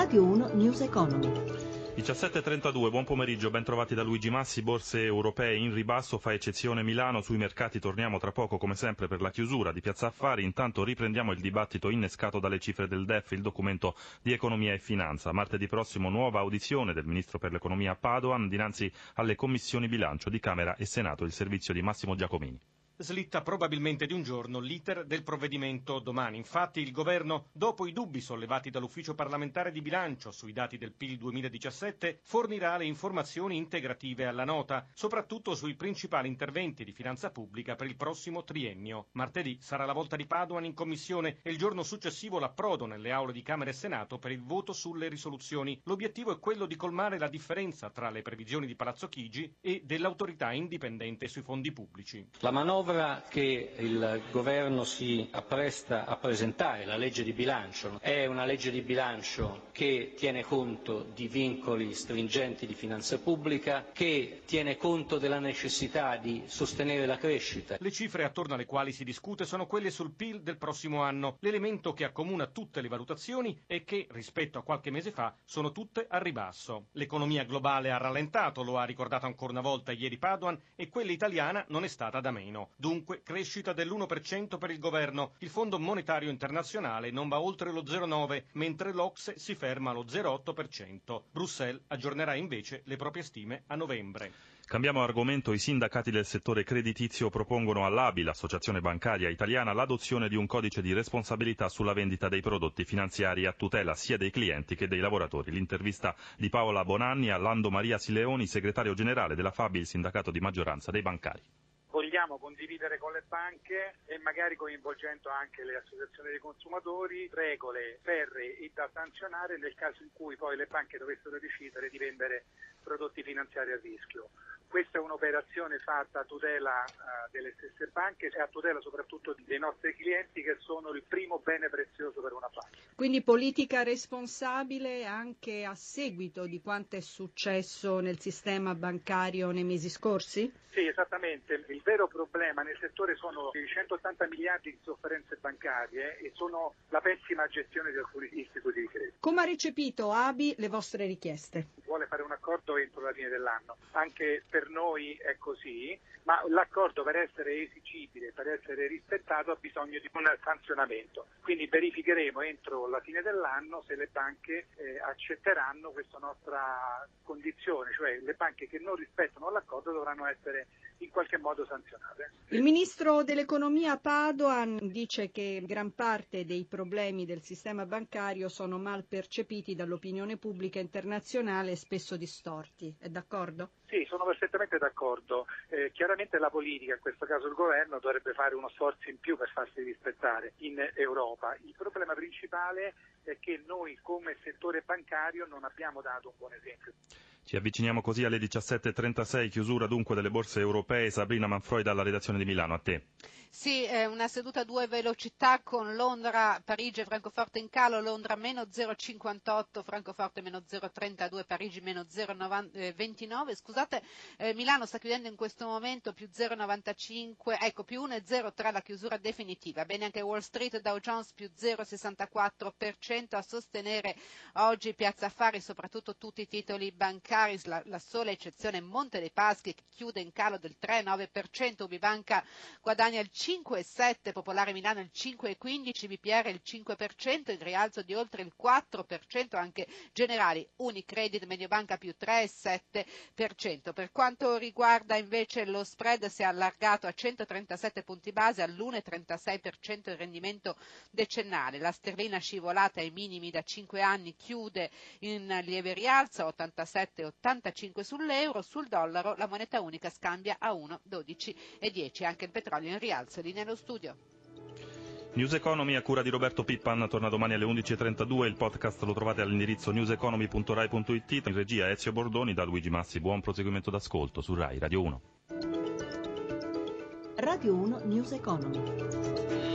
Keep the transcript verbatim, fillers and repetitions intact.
Radio uno News Economy. diciassette e trentadue, buon pomeriggio, ben trovati da Luigi Massi. Borse europee in ribasso, fa eccezione Milano. Sui mercati torniamo tra poco come sempre per la chiusura di Piazza Affari. Intanto riprendiamo il dibattito innescato dalle cifre del D E F, il documento di economia e finanza. Martedì prossimo nuova audizione del ministro per l'economia Padoan dinanzi alle commissioni bilancio di Camera e Senato. Il servizio di Massimo Giacomini. Slitta probabilmente di un giorno l'iter del provvedimento domani. Infatti il governo, dopo i dubbi sollevati dall'ufficio parlamentare di bilancio sui dati del P I L duemiladiciassette, fornirà le informazioni integrative alla nota, soprattutto sui principali interventi di finanza pubblica per il prossimo triennio. Martedì sarà la volta di Padoan in commissione e il giorno successivo l'approdo nelle aule di Camera e Senato per il voto sulle risoluzioni. L'obiettivo è quello di colmare la differenza tra le previsioni di Palazzo Chigi e dell'autorità indipendente sui fondi pubblici. La manovra che il governo si appresta a presentare, la legge di bilancio, è una legge di bilancio che tiene conto di vincoli stringenti di finanza pubblica, che tiene conto della necessità di sostenere la crescita. Le cifre attorno alle quali si discute sono quelle sul P I L del prossimo anno. L'elemento che accomuna tutte le valutazioni è che, rispetto a qualche mese fa, sono tutte a ribasso. L'economia globale ha rallentato, lo ha ricordato ancora una volta ieri Padoan, e quella italiana non è stata da meno. Dunque, crescita dell'uno per cento per il governo. Il Fondo Monetario Internazionale non va oltre lo zero virgola nove, mentre l'O C S E si ferma allo zero virgola otto per cento. Bruxelles aggiornerà invece le proprie stime a novembre. Cambiamo argomento. I sindacati del settore creditizio propongono all'A B I, l'Associazione Bancaria Italiana, l'adozione di un codice di responsabilità sulla vendita dei prodotti finanziari a tutela sia dei clienti che dei lavoratori. L'intervista di Paola Bonanni a Lando Maria Sileoni, segretario generale della F A B I, il sindacato di maggioranza dei bancari. Vogliamo condividere con le banche e magari coinvolgendo anche le associazioni dei consumatori regole ferree e da sanzionare nel caso in cui poi le banche dovessero decidere di vendere prodotti finanziari a rischio. Questa è un'operazione fatta a tutela uh, delle stesse banche e a tutela soprattutto dei nostri clienti, che sono il primo bene prezioso per una banca. Quindi politica responsabile anche a seguito di quanto è successo nel sistema bancario nei mesi scorsi? Sì, esattamente. Il vero problema nel settore sono i centottanta miliardi di sofferenze bancarie e sono la pessima gestione di alcuni istituti di credito. Come ha recepito A B I le vostre richieste? Vuole fare un accordo entro la fine dell'anno. Anche per noi è così, ma l'accordo per essere esigibile, per essere rispettato, ha bisogno di un sanzionamento. Quindi verificheremo entro la fine dell'anno se le banche eh, accetteranno questa nostra condizione, cioè le banche che non rispettano l'accordo dovranno essere in qualche modo sanzionate. Il ministro dell'economia Padoan dice che gran parte dei problemi del sistema bancario sono mal percepiti dall'opinione pubblica internazionale e spesso distorti. È d'accordo? Sì, sono perfettamente d'accordo. Eh, chiaramente la politica, in questo caso il governo, dovrebbe fare uno sforzo in più per farsi rispettare in Europa. Il problema principale è che noi come settore bancario non abbiamo dato un buon esempio. Ci avviciniamo così alle diciassette e trentasei, chiusura dunque delle borse europee. Sabrina Manfroi dalla redazione di Milano, a te. Sì, è una seduta a due velocità con Londra, Parigi e Francoforte in calo. Londra meno zero virgola cinquantotto, Francoforte meno zero virgola trentadue, Parigi meno zero virgola ventinove. Scusate, eh, Milano sta chiudendo in questo momento più zero virgola novantacinque, ecco più uno virgola zero tre la chiusura definitiva. Bene anche Wall Street, Dow Jones più zero virgola sessantaquattro per cento, a sostenere oggi Piazza Affari soprattutto tutti i titoli bancari, la, la sola eccezione Monte dei Paschi che chiude in calo del tre virgola nove per cento, Ubibanca guadagna il cinque virgola sette, Popolare Milano il cinque virgola quindici, B P R il cinque per cento, il rialzo di oltre il quattro per cento anche Generali, Unicredit, Mediobanca più tre virgola sette per cento. Per quanto riguarda invece lo spread, si è allargato a centotrentasette punti base all'uno virgola trentasei per cento il rendimento decennale. La sterlina scivolata ai minimi da cinque anni chiude in lieve rialzo a ottantasette virgola ottantacinque sull'euro, sul dollaro la moneta unica scambia a uno virgola dodici e dieci, anche il petrolio in rialzo. Linea allo studio. News Economy a cura di Roberto Pippan torna domani alle undici e trentadue, il podcast lo trovate all'indirizzo newseconomy punto rai punto it, in regia Ezio Bordoni, da Luigi Massi. Buon proseguimento d'ascolto su Rai Radio uno. Radio uno News Economy.